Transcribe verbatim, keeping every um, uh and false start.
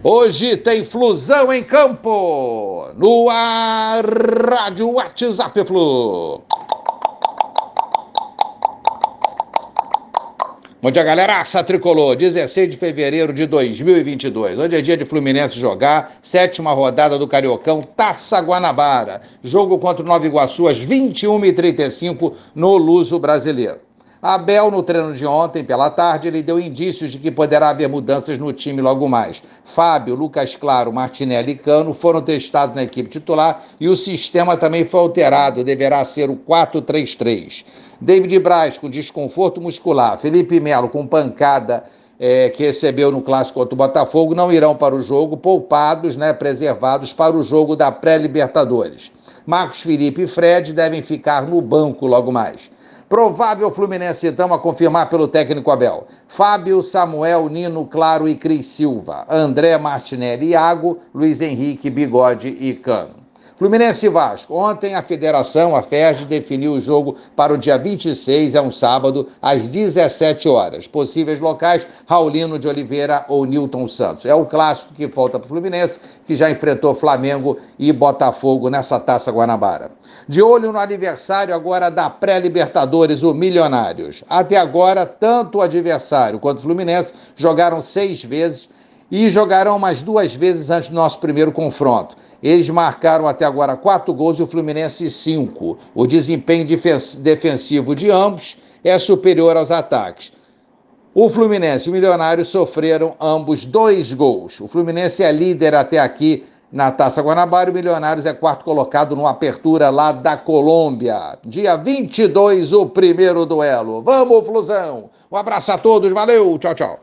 Hoje tem Flusão em campo, no ar, Rádio WhatsApp Flu. Bom dia, galeraça tricolor, dezesseis de fevereiro de dois mil e vinte e dois. Hoje é dia de Fluminense jogar, sétima rodada do Cariocão, Taça Guanabara. Jogo contra o Nova Iguaçu às vinte e uma e trinta e cinco no Luso Brasileiro. Abel, no treino de ontem, pela tarde, ele deu indícios de que poderá haver mudanças no time logo mais. Fábio, Lucas Claro, Martinelli e Cano foram testados na equipe titular e o sistema também foi alterado, deverá ser o quatro três três. David Braz com desconforto muscular, Felipe Melo com pancada é, que recebeu no clássico contra o Botafogo, não irão para o jogo, poupados, né, preservados para o jogo da pré-Libertadores. Marcos Felipe e Fred devem ficar no banco logo mais. Provável Fluminense, então, a confirmar pelo técnico Abel. Fábio, Samuel, Nino, Claro e Cris Silva. André, Martinelli, Iago, Luiz Henrique, Bigode e Cano. Fluminense e Vasco. Ontem a federação, a F E R J, definiu o jogo para o dia vinte e seis, é um sábado, às dezessete horas. Possíveis locais, Raulino de Oliveira ou Nilton Santos. É o clássico que falta para o Fluminense, que já enfrentou Flamengo e Botafogo nessa Taça Guanabara. De olho no aniversário agora da pré-Libertadores, o Milionários. Até agora, tanto o adversário quanto o Fluminense jogaram seis vezes e jogarão mais duas vezes antes do nosso primeiro confronto. Eles marcaram até agora quatro gols e o Fluminense cinco. O desempenho defensivo de ambos é superior aos ataques. O Fluminense e o Milionários sofreram ambos dois gols. O Fluminense é líder até aqui na Taça Guanabara, o Milionários é quarto colocado no Apertura lá da Colômbia. Dia vinte e dois, o primeiro duelo. Vamos, Flusão! Um abraço a todos, valeu, tchau, tchau.